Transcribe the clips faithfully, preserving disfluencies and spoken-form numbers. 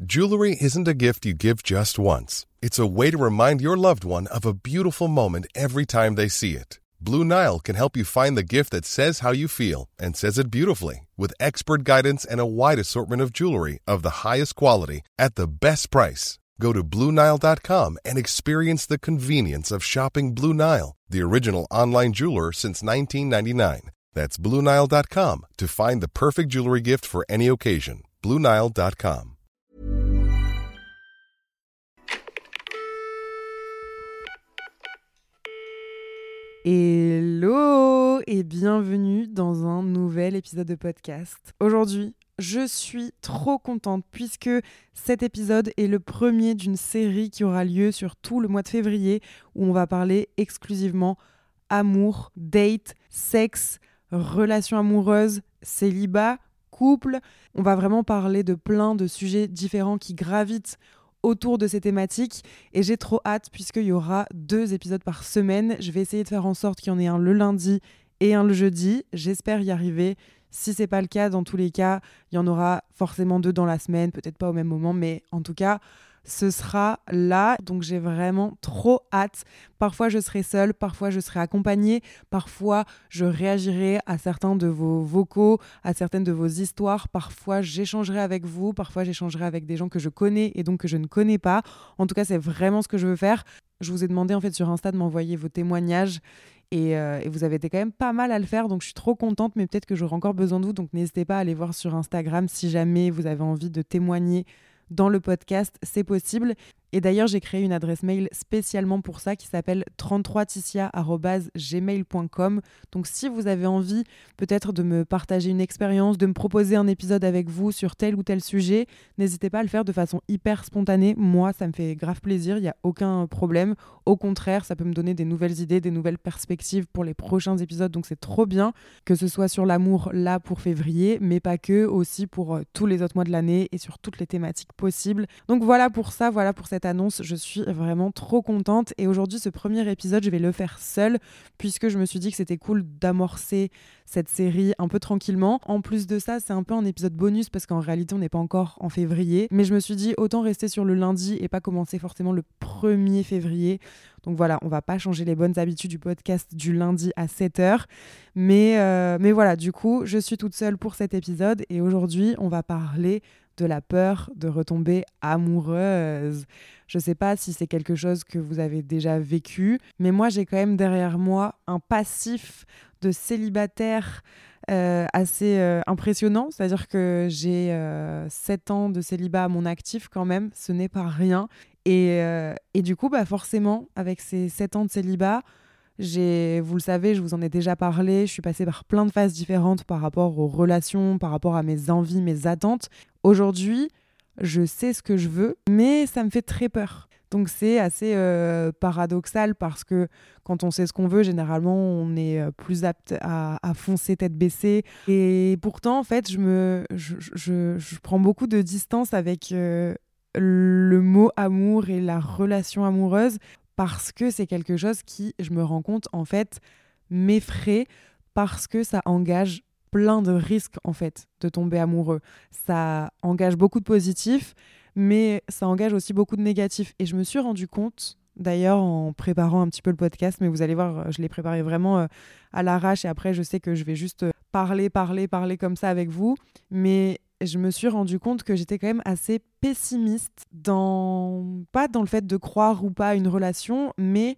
Jewelry isn't a gift you give just once. It's a way to remind your loved one of a beautiful moment every time they see it. Blue Nile can help you find the gift that says how you feel and says it beautifully, with expert guidance and a wide assortment of jewelry of the highest quality at the best price. Go to Blue Nile dot com and experience the convenience of shopping Blue Nile, the original online jeweler since nineteen ninety-nine. That's Blue Nile dot com to find the perfect jewelry gift for any occasion. Blue Nile dot com. Hello et bienvenue dans un nouvel épisode de podcast. Aujourd'hui, je suis trop contente puisque cet épisode est le premier d'une série qui aura lieu sur tout le mois de février où on va parler exclusivement amour, date, sexe, relations amoureuses, célibat, couple. On va vraiment parler de plein de sujets différents qui gravitent autour de ces thématiques et j'ai trop hâte puisqu'il y aura deux épisodes par semaine. Je vais essayer de faire en sorte qu'il y en ait un le lundi et un le jeudi. J'espère y arriver. Si c'est pas le cas, dans tous les cas, il y en aura forcément deux dans la semaine, peut-être pas au même moment, mais en tout cas, ce sera là. Donc j'ai vraiment trop hâte. Parfois je serai seule, parfois je serai accompagnée, parfois je réagirai à certains de vos vocaux, à certaines de vos histoires, parfois j'échangerai avec vous, parfois j'échangerai avec des gens que je connais et donc que je ne connais pas. En tout cas, c'est vraiment ce que je veux faire. Je vous ai demandé en fait sur Insta de m'envoyer vos témoignages et, euh, et vous avez été quand même pas mal à le faire, donc je suis trop contente, mais peut-être que j'aurai encore besoin de vous, donc n'hésitez pas à aller voir sur Instagram si jamais vous avez envie de témoigner dans le podcast, c'est possible. Et d'ailleurs, j'ai créé une adresse mail spécialement pour ça qui s'appelle trente-trois ticia arobase gmail point com. Donc si vous avez envie peut-être de me partager une expérience, de me proposer un épisode avec vous sur tel ou tel sujet, n'hésitez pas à le faire de façon hyper spontanée. Moi, ça me fait grave plaisir, il n'y a aucun problème. Au contraire, ça peut me donner des nouvelles idées, des nouvelles perspectives pour les prochains épisodes. Donc c'est trop bien que ce soit sur l'amour là pour février, mais pas que, aussi pour euh, tous les autres mois de l'année et sur toutes les thématiques possibles. Donc voilà pour ça, voilà pour cette annonce, je suis vraiment trop contente et aujourd'hui ce premier épisode je vais le faire seule puisque je me suis dit que c'était cool d'amorcer cette série un peu tranquillement. En plus de ça, c'est un peu un épisode bonus parce qu'en réalité on n'est pas encore en février, mais je me suis dit autant rester sur le lundi et pas commencer forcément le premier février. Donc voilà, on va pas changer les bonnes habitudes du podcast du lundi à sept heures, mais, euh, mais voilà, du coup je suis toute seule pour cet épisode et aujourd'hui on va parler de la peur de retomber amoureuse. Je sais pas si c'est quelque chose que vous avez déjà vécu, mais moi j'ai quand même derrière moi un passif de célibataire euh, assez euh, impressionnant, c'est-à-dire que j'ai euh, sept ans de célibat à mon actif quand même, ce n'est pas rien. Et, euh, et du coup, bah forcément, avec ces sept ans de célibat, J'ai, vous le savez, je vous en ai déjà parlé, je suis passée par plein de phases différentes par rapport aux relations, par rapport à mes envies, mes attentes. Aujourd'hui, je sais ce que je veux, mais ça me fait très peur. Donc c'est assez euh, paradoxal parce que quand on sait ce qu'on veut, généralement, on est plus apte à, à foncer tête baissée. Et pourtant, en fait, je, me, je, je, je prends beaucoup de distance avec euh, le mot amour et la relation amoureuse. Parce que c'est quelque chose qui, je me rends compte, en fait, m'effraie parce que ça engage plein de risques, en fait, de tomber amoureux. Ça engage beaucoup de positifs, mais ça engage aussi beaucoup de négatifs. Et je me suis rendu compte, d'ailleurs, en préparant un petit peu le podcast, mais vous allez voir, je l'ai préparé vraiment à l'arrache et après, je sais que je vais juste parler, parler, parler comme ça avec vous. Mais je me suis rendu compte que j'étais quand même assez pessimiste dans, pas dans le fait de croire ou pas à une relation, mais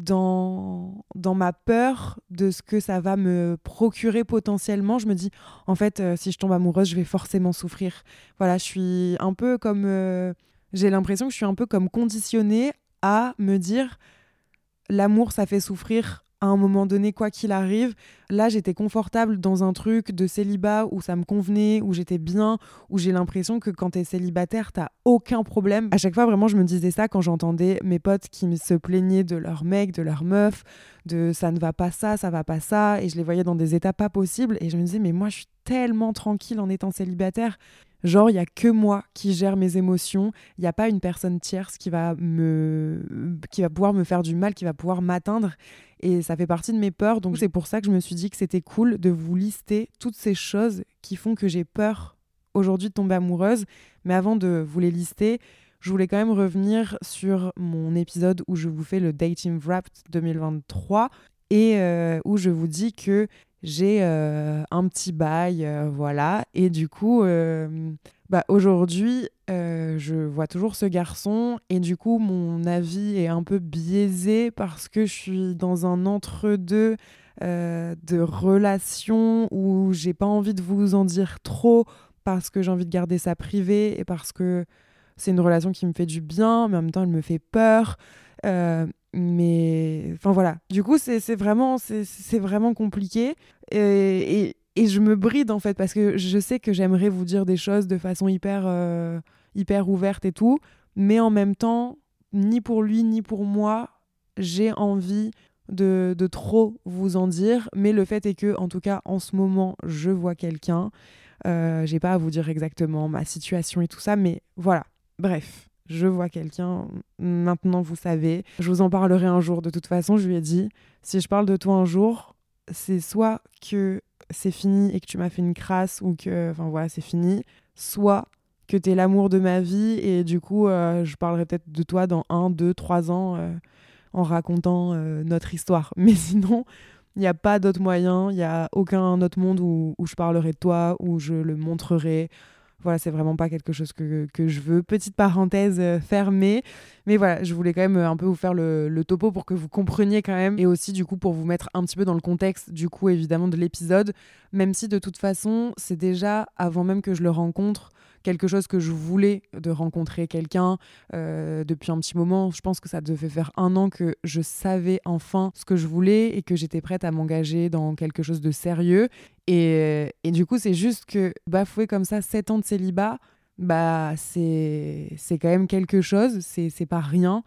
dans, dans ma peur de ce que ça va me procurer potentiellement. Je me dis, en fait, euh, si je tombe amoureuse, je vais forcément souffrir. Voilà, je suis un peu comme... Euh, j'ai l'impression que je suis un peu comme conditionnée à me dire, l'amour, ça fait souffrir à un moment donné, quoi qu'il arrive. Là, j'étais confortable dans un truc de célibat où ça me convenait, où j'étais bien, où j'ai l'impression que quand t'es célibataire, t'as aucun problème. À chaque fois, vraiment, je me disais ça quand j'entendais mes potes qui se plaignaient de leur mec, de leur meuf, de ça ne va pas ça, ça va pas ça, et je les voyais dans des états pas possibles, et je me disais, mais moi, je suis tellement tranquille en étant célibataire. Genre, il n'y a que moi qui gère mes émotions. Il n'y a pas une personne tierce qui va, me... qui va pouvoir me faire du mal, qui va pouvoir m'atteindre. Et ça fait partie de mes peurs. Donc, c'est pour ça que je me suis dit que c'était cool de vous lister toutes ces choses qui font que j'ai peur aujourd'hui de tomber amoureuse. Mais avant de vous les lister, je voulais quand même revenir sur mon épisode où je vous fais le Dating Wrapped deux mille vingt-trois et euh, où je vous dis que j'ai euh, un petit bail, euh, voilà. Et du coup, euh, bah, aujourd'hui, euh, je vois toujours ce garçon et du coup, mon avis est un peu biaisé parce que je suis dans un entre-deux euh, de relation où j'ai pas envie de vous en dire trop parce que j'ai envie de garder ça privé et parce que c'est une relation qui me fait du bien, mais en même temps, elle me fait peur. Euh, mais enfin voilà. Du coup, c'est, c'est, vraiment, c'est, c'est vraiment compliqué. Et, et, et je me bride en fait, parce que je sais que j'aimerais vous dire des choses de façon hyper, euh, hyper ouverte et tout. Mais en même temps, ni pour lui, ni pour moi, j'ai envie de, de trop vous en dire. Mais le fait est que, en tout cas, en ce moment, je vois quelqu'un. Euh, j'ai pas à vous dire exactement ma situation et tout ça, mais voilà. Bref, je vois quelqu'un, maintenant vous savez. Je vous en parlerai un jour de toute façon, je lui ai dit. Si je parle de toi un jour, c'est soit que c'est fini et que tu m'as fait une crasse ou que, enfin voilà, c'est fini, soit que t'es l'amour de ma vie et du coup, euh, je parlerai peut-être de toi dans un, deux, trois ans euh, en racontant euh, notre histoire. Mais sinon, il n'y a pas d'autre moyen, il n'y a aucun autre monde où, où je parlerai de toi, où je le montrerai. Voilà, c'est vraiment pas quelque chose que, que je veux. Petite parenthèse euh, fermée. Mais voilà, je voulais quand même euh, un peu vous faire le, le topo pour que vous compreniez quand même. Et aussi, du coup, pour vous mettre un petit peu dans le contexte, du coup, évidemment, de l'épisode. Même si, de toute façon, c'est déjà, avant même que je le rencontre, quelque chose que je voulais de rencontrer quelqu'un euh, depuis un petit moment. Je pense que ça devait faire un an que je savais enfin ce que je voulais et que j'étais prête à m'engager dans quelque chose de sérieux. Et, et du coup, c'est juste que bafouer comme ça sept ans de célibat, bah, c'est, c'est quand même quelque chose, c'est, c'est pas rien.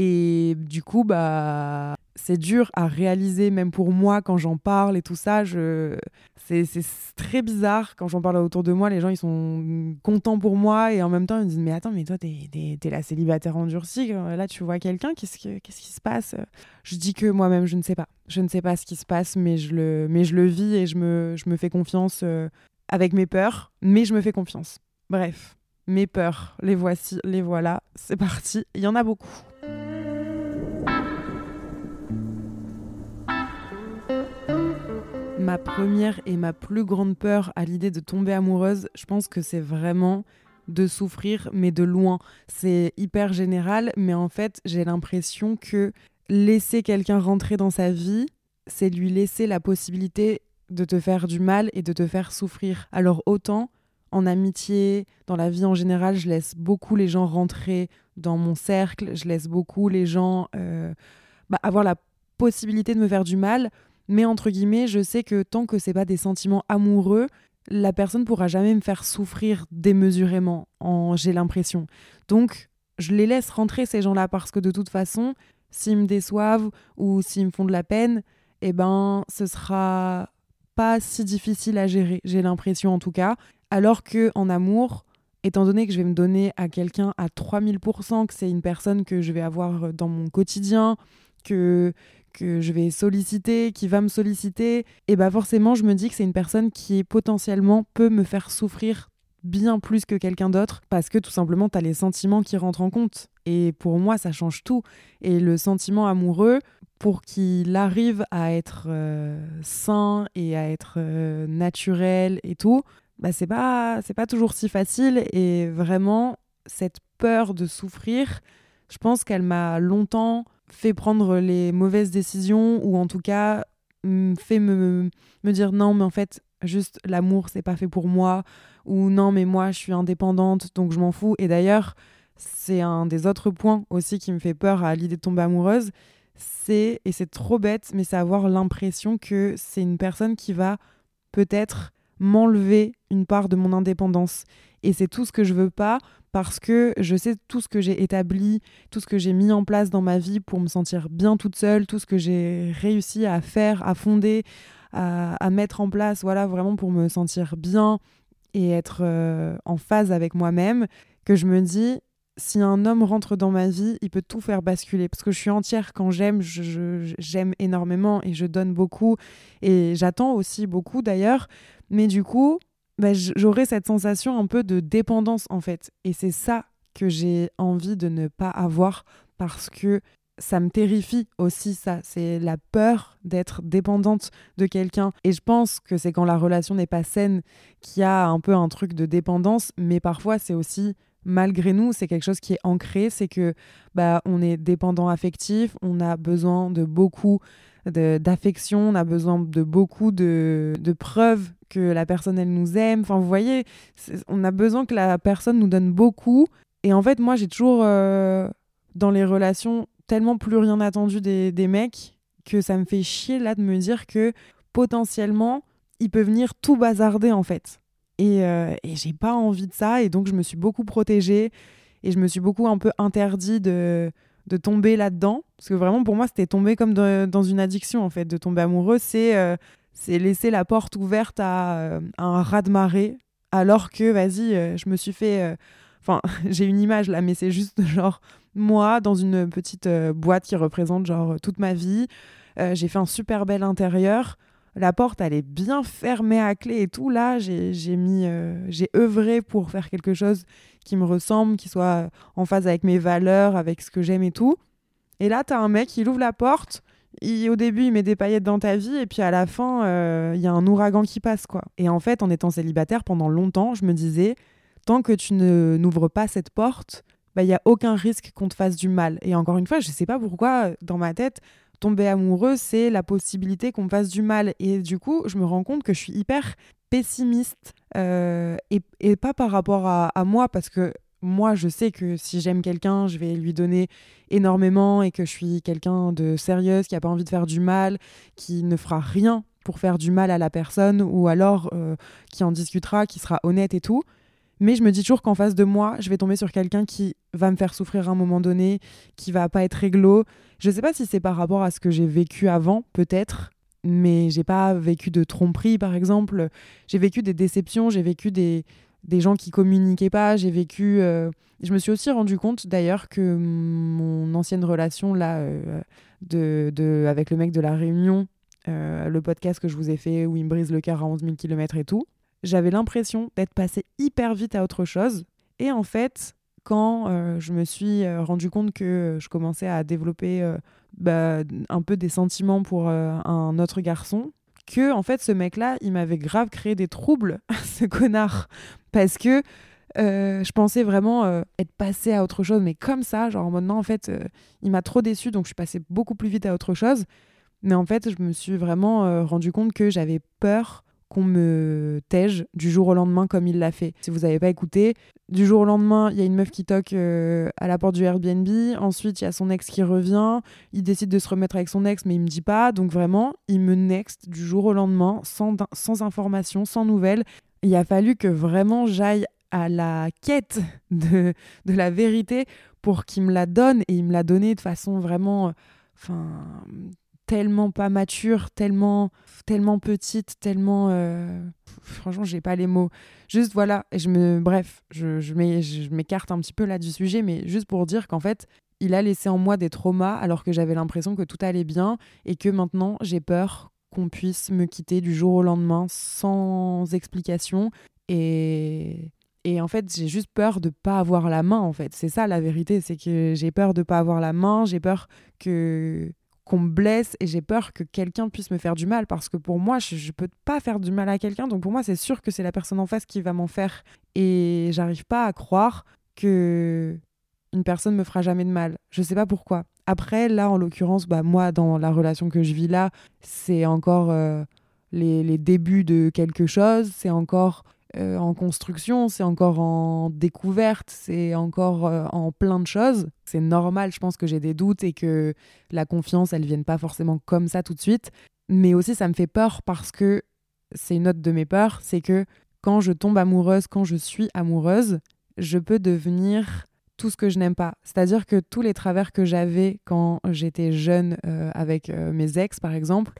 Et du coup, bah, c'est dur à réaliser, même pour moi, quand j'en parle et tout ça. Je... C'est, c'est très bizarre. Quand j'en parle autour de moi, les gens, ils sont contents pour moi. Et en même temps, ils me disent, mais attends, mais toi, t'es, t'es, t'es la célibataire endurcie. Là, tu vois quelqu'un, qu'est-ce, que, qu'est-ce qui se passe? Je dis que moi-même, je ne sais pas. Je ne sais pas ce qui se passe, mais je le, mais je le vis et je me, je me fais confiance euh, avec mes peurs. Mais je me fais confiance. Bref, mes peurs, les voici, les voilà. C'est parti. Il y en a beaucoup. Ma première et ma plus grande peur à l'idée de tomber amoureuse, je pense que c'est vraiment de souffrir, mais de loin. C'est hyper général, mais en fait, j'ai l'impression que laisser quelqu'un rentrer dans sa vie, c'est lui laisser la possibilité de te faire du mal et de te faire souffrir. Alors autant, en amitié, dans la vie en général, je laisse beaucoup les gens rentrer dans mon cercle, je laisse beaucoup les gens euh, bah, avoir la possibilité de me faire du mal. Mais entre guillemets, je sais que tant que c'est pas des sentiments amoureux, la personne pourra jamais me faire souffrir démesurément, en... j'ai l'impression. Donc, je les laisse rentrer ces gens-là parce que de toute façon, s'ils me déçoivent ou s'ils me font de la peine, eh ben, ce sera pas si difficile à gérer, j'ai l'impression en tout cas. Alors que en amour, étant donné que je vais me donner à quelqu'un à trois mille pour cent, que c'est une personne que je vais avoir dans mon quotidien, que que je vais solliciter, qui va me solliciter, et bah forcément je me dis que c'est une personne qui potentiellement peut me faire souffrir bien plus que quelqu'un d'autre, parce que tout simplement t'as les sentiments qui rentrent en compte. Et pour moi ça change tout. Et le sentiment amoureux, pour qu'il arrive à être euh, sain et à être euh, naturel et tout, bah c'est pas, c'est pas toujours si facile. Et vraiment, cette peur de souffrir, je pense qu'elle m'a longtemps fait prendre les mauvaises décisions, ou en tout cas fait me, me dire non mais en fait juste l'amour c'est pas fait pour moi, ou non mais moi je suis indépendante donc je m'en fous. Et d'ailleurs c'est un des autres points aussi qui me fait peur à l'idée de tomber amoureuse, c'est, et c'est trop bête, mais c'est avoir l'impression que c'est une personne qui va peut-être m'enlever une part de mon indépendance. Et c'est tout ce que je veux pas, parce que je sais tout ce que j'ai établi, tout ce que j'ai mis en place dans ma vie pour me sentir bien toute seule, tout ce que j'ai réussi à faire, à fonder, à, à mettre en place, voilà, vraiment pour me sentir bien et être euh, en phase avec moi-même, que je me dis, si un homme rentre dans ma vie, il peut tout faire basculer. Parce que je suis entière quand j'aime, je, je, j'aime énormément et je donne beaucoup. Et j'attends aussi beaucoup d'ailleurs. Mais du coup, bah, j'aurai cette sensation un peu de dépendance en fait. Et c'est ça que j'ai envie de ne pas avoir parce que ça me terrifie aussi ça. C'est la peur d'être dépendante de quelqu'un. Et je pense que c'est quand la relation n'est pas saine qu'il y a un peu un truc de dépendance. Mais parfois c'est aussi malgré nous, c'est quelque chose qui est ancré. C'est que bah, on est dépendant affectif, on a besoin de beaucoup de, d'affection, on a besoin de beaucoup de, de preuves que la personne elle nous aime. Enfin vous voyez, on a besoin que la personne nous donne beaucoup. Et en fait moi j'ai toujours euh, dans les relations tellement plus rien attendu des, des mecs que ça me fait chier là de me dire que potentiellement il peut venir tout bazarder en fait. Et, euh, et j'ai pas envie de ça et donc je me suis beaucoup protégée et je me suis beaucoup un peu interdit de, de tomber là-dedans parce que vraiment pour moi c'était tomber comme de, dans une addiction en fait. De tomber amoureux c'est, euh, c'est laisser la porte ouverte à, euh, à un raz-de-marée alors que vas-y euh, je me suis fait... Enfin euh, j'ai une image là mais c'est juste genre moi dans une petite euh, boîte qui représente genre toute ma vie. Euh, j'ai fait un super bel intérieur. La porte, elle est bien fermée à clé et tout. Là, j'ai, j'ai mis, euh, j'ai œuvré pour faire quelque chose qui me ressemble, qui soit en phase avec mes valeurs, avec ce que j'aime et tout. Et là, t'as un mec, il ouvre la porte. Il, au début, il met des paillettes dans ta vie et puis à la fin, il euh, y a un ouragan qui passe, quoi. Et en fait, en étant célibataire pendant longtemps, je me disais, tant que tu ne, n'ouvres pas cette porte, bah, il n'y a aucun risque qu'on te fasse du mal. Et encore une fois, je sais pas pourquoi, dans ma tête, tomber amoureux, c'est la possibilité qu'on me fasse du mal. Et du coup, je me rends compte que je suis hyper pessimiste euh, et, et pas par rapport à, à moi, parce que moi, je sais que si j'aime quelqu'un, je vais lui donner énormément et que je suis quelqu'un de sérieuse, qui n'a pas envie de faire du mal, qui ne fera rien pour faire du mal à la personne ou alors euh, qui en discutera, qui sera honnête et tout. Mais je me dis toujours qu'en face de moi, je vais tomber sur quelqu'un qui va me faire souffrir à un moment donné, qui va pas être réglo. Je sais pas si c'est par rapport à ce que j'ai vécu avant, peut-être, mais j'ai pas vécu de tromperie, par exemple. J'ai vécu des déceptions, j'ai vécu des, des gens qui communiquaient pas, j'ai vécu... Euh... Je me suis aussi rendu compte, d'ailleurs, que mon ancienne relation, là, euh, de, de, avec le mec de La Réunion, euh, le podcast que je vous ai fait, où il me brise le cœur à onze mille kilomètres et tout, j'avais l'impression d'être passée hyper vite à autre chose. Et en fait, quand euh, je me suis euh, rendu compte que je commençais à développer euh, bah, un peu des sentiments pour euh, un autre garçon, que en fait, ce mec-là, il m'avait grave créé des troubles, ce connard. Parce que euh, je pensais vraiment euh, être passée à autre chose, mais comme ça, genre en mode non, en fait, euh, il m'a trop déçue, donc je suis passée beaucoup plus vite à autre chose. Mais en fait, je me suis vraiment euh, rendu compte que j'avais peur qu'on me tège du jour au lendemain comme il l'a fait. Si vous n'avez pas écouté, du jour au lendemain, il y a une meuf qui toque euh, à la porte du Airbnb. Ensuite, il y a son ex qui revient. Il décide de se remettre avec son ex, mais il me dit pas. Donc vraiment, il me next du jour au lendemain, sans, sans information, sans nouvelles. Il a fallu que vraiment j'aille à la quête de, de la vérité pour qu'il me la donne. Et il me l'a donnée de façon vraiment... Enfin... tellement pas mature, tellement, tellement petite, tellement... Euh... Franchement, j'ai pas les mots. Juste, voilà, je me... bref, je, je, m'é... je m'écarte un petit peu là du sujet, mais juste pour dire qu'en fait, il a laissé en moi des traumas alors que j'avais l'impression que tout allait bien et que maintenant, j'ai peur qu'on puisse me quitter du jour au lendemain sans explication. Et... Et en fait, j'ai juste peur de pas avoir la main, en fait. C'est ça, la vérité, c'est que j'ai peur de pas avoir la main, j'ai peur que... qu'on me blesse et j'ai peur que quelqu'un puisse me faire du mal parce que pour moi, je, je peux pas faire du mal à quelqu'un. Donc pour moi, c'est sûr que c'est la personne en face qui va m'en faire. Et j'arrive pas à croire que une personne me fera jamais de mal. Je sais pas pourquoi. Après, là, en l'occurrence, bah, moi, dans la relation que je vis là, c'est encore euh, les, les débuts de quelque chose. C'est encore... Euh, en construction, c'est encore en découverte, c'est encore euh, en plein de choses. C'est normal, je pense que j'ai des doutes et que la confiance, elle vienne pas forcément comme ça tout de suite. Mais aussi, ça me fait peur parce que c'est une autre de mes peurs, c'est que quand je tombe amoureuse, quand je suis amoureuse, je peux devenir tout ce que je n'aime pas. C'est-à-dire que tous les travers que j'avais quand j'étais jeune euh, avec euh, mes ex, par exemple,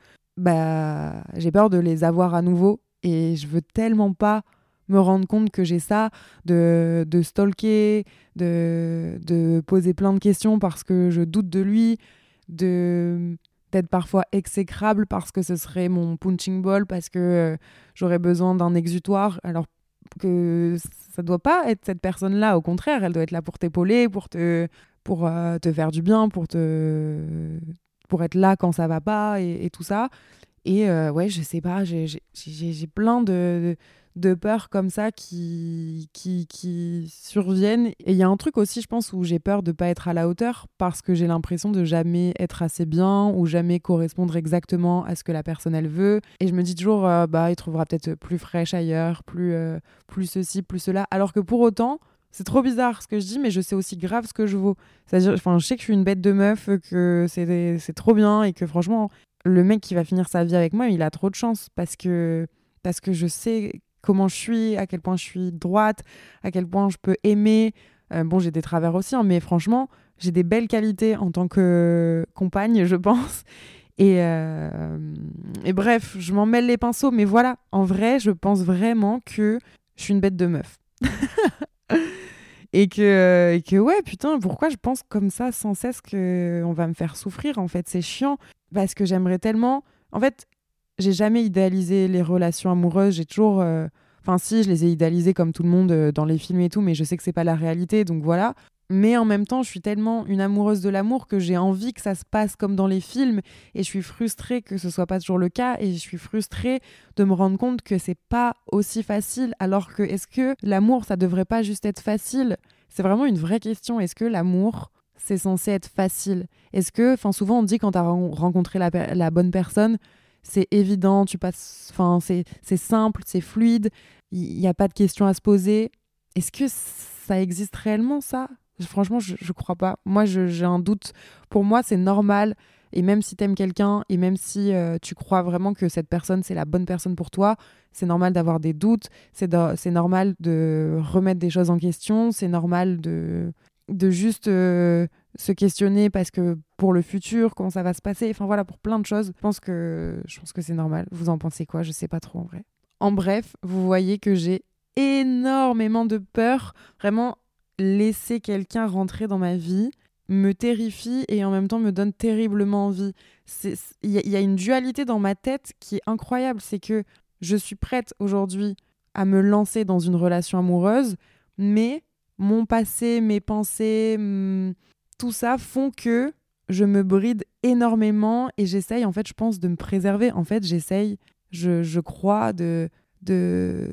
bah, j'ai peur de les avoir à nouveau et je veux tellement pas me rendre compte que j'ai ça, de, de stalker, de, de poser plein de questions parce que je doute de lui, de, peut-être parfois exécrable parce que ce serait mon punching ball, parce que euh, j'aurais besoin d'un exutoire, alors que ça doit pas être cette personne-là. Au contraire, elle doit être là pour t'épauler, pour te, pour, euh, te faire du bien, pour, te, pour être là quand ça va pas et, et tout ça. Et euh, ouais, je sais pas, j'ai, j'ai, j'ai, j'ai plein de, de peurs comme ça qui, qui, qui surviennent. Et il y a un truc aussi, je pense, où j'ai peur de pas être à la hauteur parce que j'ai l'impression de jamais être assez bien ou jamais correspondre exactement à ce que la personne elle veut. Et je me dis toujours, euh, bah, il trouvera peut-être plus fraîche ailleurs, plus, euh, plus ceci, plus cela. Alors que pour autant, c'est trop bizarre ce que je dis, mais je sais aussi grave ce que je vaux. C'est-à-dire, enfin, je sais que je suis une bête de meuf, que c'est, c'est trop bien et que franchement, le mec qui va finir sa vie avec moi, il a trop de chance parce que, parce que je sais comment je suis, à quel point je suis droite, à quel point je peux aimer. Euh, bon, j'ai des travers aussi, hein, mais franchement, j'ai des belles qualités en tant que compagne, je pense. Et, euh, et bref, je m'en mêle les pinceaux, mais voilà, en vrai, je pense vraiment que je suis une bête de meuf. Et que, et que ouais, putain, pourquoi je pense comme ça sans cesse qu'on va me faire souffrir, en fait, c'est chiant. Parce que j'aimerais tellement... En fait, j'ai jamais idéalisé les relations amoureuses, j'ai toujours... euh, Enfin si, je les ai idéalisées comme tout le monde euh, dans les films et tout, mais je sais que c'est pas la réalité, donc voilà. Mais en même temps, je suis tellement une amoureuse de l'amour que j'ai envie que ça se passe comme dans les films, et je suis frustrée que ce soit pas toujours le cas, et je suis frustrée de me rendre compte que c'est pas aussi facile, alors que est-ce que l'amour, ça devrait pas juste être facile ? C'est vraiment une vraie question. Est-ce que l'amour, c'est censé être facile ? Est-ce que, enfin, souvent on dit quand tu as rencontré la, la bonne personne, c'est évident, tu passes, enfin, c'est, c'est simple, c'est fluide, il n'y a pas de questions à se poser. Est-ce que ça existe réellement, ça ? Franchement, je, je crois pas. Moi, je, j'ai un doute. Pour moi, c'est normal. Et même si t'aimes quelqu'un, et même si euh, tu crois vraiment que cette personne, c'est la bonne personne pour toi, c'est normal d'avoir des doutes, c'est, de, c'est normal de remettre des choses en question, c'est normal de, de juste euh, se questionner parce que pour le futur, comment ça va se passer, enfin voilà, pour plein de choses. Je pense que, je pense que c'est normal. Vous en pensez quoi ? Je sais pas trop en vrai. En bref, vous voyez que j'ai énormément de peur. Vraiment, laisser quelqu'un rentrer dans ma vie me terrifie et en même temps me donne terriblement envie. Il y, y a une dualité dans ma tête qui est incroyable. C'est que je suis prête aujourd'hui à me lancer dans une relation amoureuse, mais mon passé, mes pensées, hum, tout ça font que je me bride énormément et j'essaye, en fait, je pense, de me préserver. En fait, j'essaye, je, je crois, de... de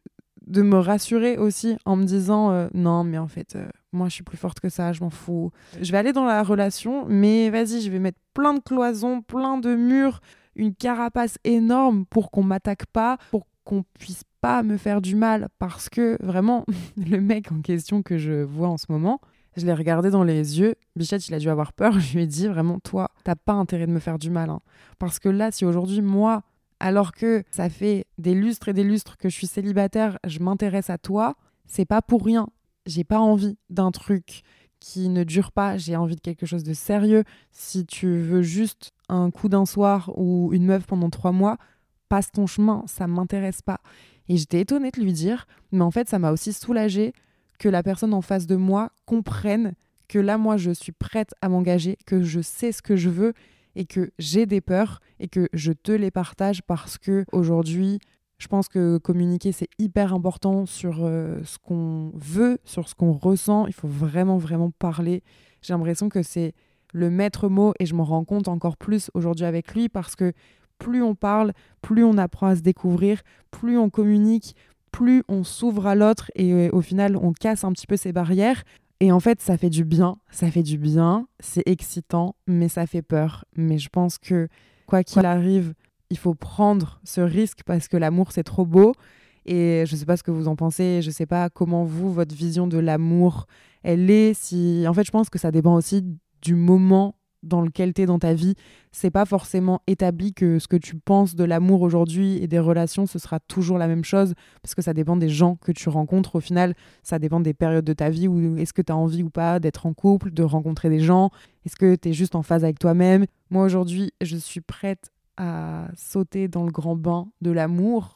de me rassurer aussi en me disant euh, non mais en fait euh, moi je suis plus forte que ça, je m'en fous, je vais aller dans la relation mais vas-y, je vais mettre plein de cloisons, plein de murs, une carapace énorme pour qu'on m'attaque pas, pour qu'on puisse pas me faire du mal, parce que vraiment le mec en question que je vois en ce moment, je l'ai regardé dans les yeux, Bichette il a dû avoir peur, je lui ai dit vraiment toi t'as pas intérêt de me faire du mal hein. Parce que là si aujourd'hui moi, alors que ça fait des lustres et des lustres que je suis célibataire, je m'intéresse à toi, c'est pas pour rien. J'ai pas envie d'un truc qui ne dure pas, j'ai envie de quelque chose de sérieux. Si tu veux juste un coup d'un soir ou une meuf pendant trois mois, passe ton chemin, ça m'intéresse pas. Et j'étais étonnée de lui dire, mais en fait ça m'a aussi soulagée que la personne en face de moi comprenne que là moi je suis prête à m'engager, que je sais ce que je veux, et que j'ai des peurs et que je te les partage parce que aujourd'hui, je pense que communiquer, c'est hyper important sur euh, ce qu'on veut, sur ce qu'on ressent. Il faut vraiment, vraiment parler. J'ai l'impression que c'est le maître mot et je m'en rends compte encore plus aujourd'hui avec lui parce que plus on parle, plus on apprend à se découvrir, plus on communique, plus on s'ouvre à l'autre et euh, au final, on casse un petit peu ces barrières. Et en fait, ça fait du bien, ça fait du bien, c'est excitant, mais ça fait peur. Mais je pense que, quoi qu'il arrive, il faut prendre ce risque parce que l'amour, c'est trop beau. Et je sais pas ce que vous en pensez, je sais pas comment vous, votre vision de l'amour, elle est. Si... En fait, je pense que ça dépend aussi du moment dans lequel t'es dans ta vie. C'est pas forcément établi que ce que tu penses de l'amour aujourd'hui et des relations, ce sera toujours la même chose, parce que ça dépend des gens que tu rencontres. Au final, ça dépend des périodes de ta vie, où est-ce que tu as envie ou pas d'être en couple, de rencontrer des gens, est-ce que tu es juste en phase avec toi-même. Moi, aujourd'hui, je suis prête à sauter dans le grand bain de l'amour.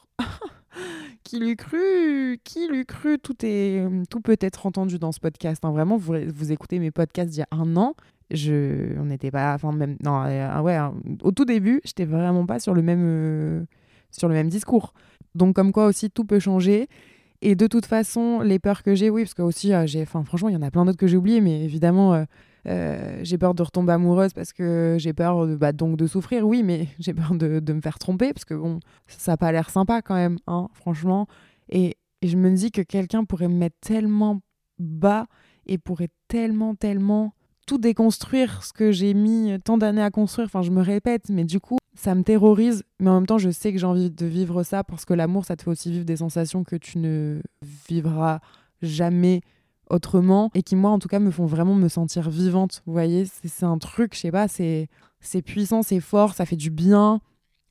Qui l'eût cru ? Qui l'eût cru ? Tout est, tout peut être entendu dans ce podcast. Hein. Vraiment, vous, vous écoutez mes podcasts d'il y a un an, je, on n'était pas, enfin même, non, euh, ouais, hein, au tout début, j'étais vraiment pas sur le même, euh, sur le même discours. Donc comme quoi aussi tout peut changer. Et de toute façon, les peurs que j'ai, oui, parce que aussi, euh, j'ai, enfin franchement, il y en a plein d'autres que j'ai oubliés, mais évidemment, euh, euh, j'ai peur de retomber amoureuse parce que j'ai peur de, bah, donc de souffrir, oui, mais j'ai peur de, de me faire tromper parce que bon, ça n'a pas l'air sympa quand même, hein, franchement. Et, et je me dis que quelqu'un pourrait me mettre tellement bas et pourrait tellement, tellement tout déconstruire ce que j'ai mis tant d'années à construire. Enfin, je me répète, mais du coup, ça me terrorise. Mais en même temps, je sais que j'ai envie de vivre ça parce que l'amour, ça te fait aussi vivre des sensations que tu ne vivras jamais autrement et qui, moi, en tout cas, me font vraiment me sentir vivante. Vous voyez, c'est, c'est un truc, je sais pas, c'est, c'est puissant, c'est fort, ça fait du bien.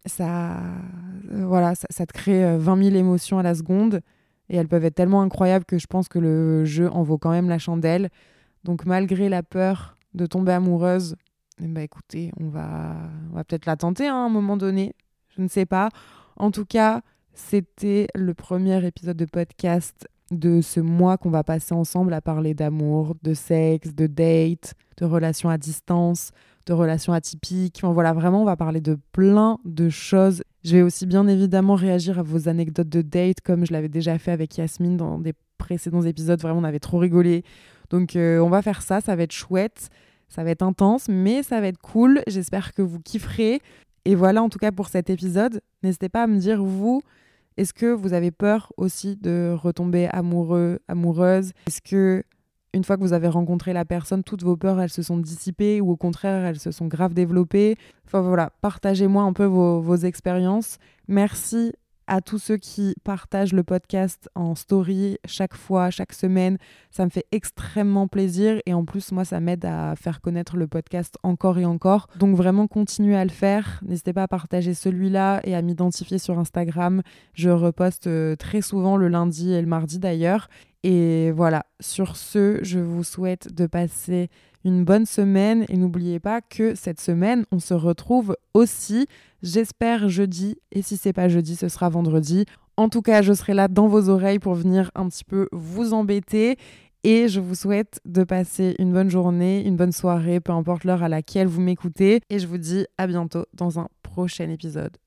Ça, euh, voilà, ça, ça te crée euh, vingt mille émotions à la seconde et elles peuvent être tellement incroyables que je pense que le jeu en vaut quand même la chandelle. Donc malgré la peur de tomber amoureuse, eh ben, écoutez, on va, on va peut-être la tenter hein, à un moment donné. Je ne sais pas. En tout cas, c'était le premier épisode de podcast de ce mois qu'on va passer ensemble à parler d'amour, de sexe, de date, de relations à distance, de relations atypiques. Enfin, voilà, vraiment, on va parler de plein de choses. Je vais aussi bien évidemment réagir à vos anecdotes de date comme je l'avais déjà fait avec Yasmine dans des précédents épisodes. Vraiment, on avait trop rigolé. Donc euh, on va faire ça, ça va être chouette, ça va être intense, mais ça va être cool. J'espère que vous kifferez. Et voilà en tout cas pour cet épisode. N'hésitez pas à me dire, vous, est-ce que vous avez peur aussi de retomber amoureux, amoureuse ? Est-ce que une fois que vous avez rencontré la personne, toutes vos peurs, elles se sont dissipées ou au contraire, elles se sont grave développées ? Enfin voilà, partagez-moi un peu vos, vos expériences. Merci à tous ceux qui partagent le podcast en story chaque fois, chaque semaine. Ça me fait extrêmement plaisir et en plus, moi, ça m'aide à faire connaître le podcast encore et encore. Donc vraiment, continuez à le faire. N'hésitez pas à partager celui-là et à m'identifier sur Instagram. Je reposte très souvent le lundi et le mardi d'ailleurs. Et voilà, sur ce, je vous souhaite de passer une bonne semaine et n'oubliez pas que cette semaine, on se retrouve aussi, j'espère jeudi, et si c'est pas jeudi, ce sera vendredi. En tout cas, je serai là dans vos oreilles pour venir un petit peu vous embêter et je vous souhaite de passer une bonne journée, une bonne soirée, peu importe l'heure à laquelle vous m'écoutez et je vous dis à bientôt dans un prochain épisode.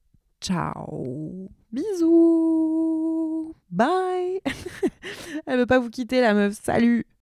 Ciao, bisous, bye. Elle veut pas vous quitter la meuf, salut.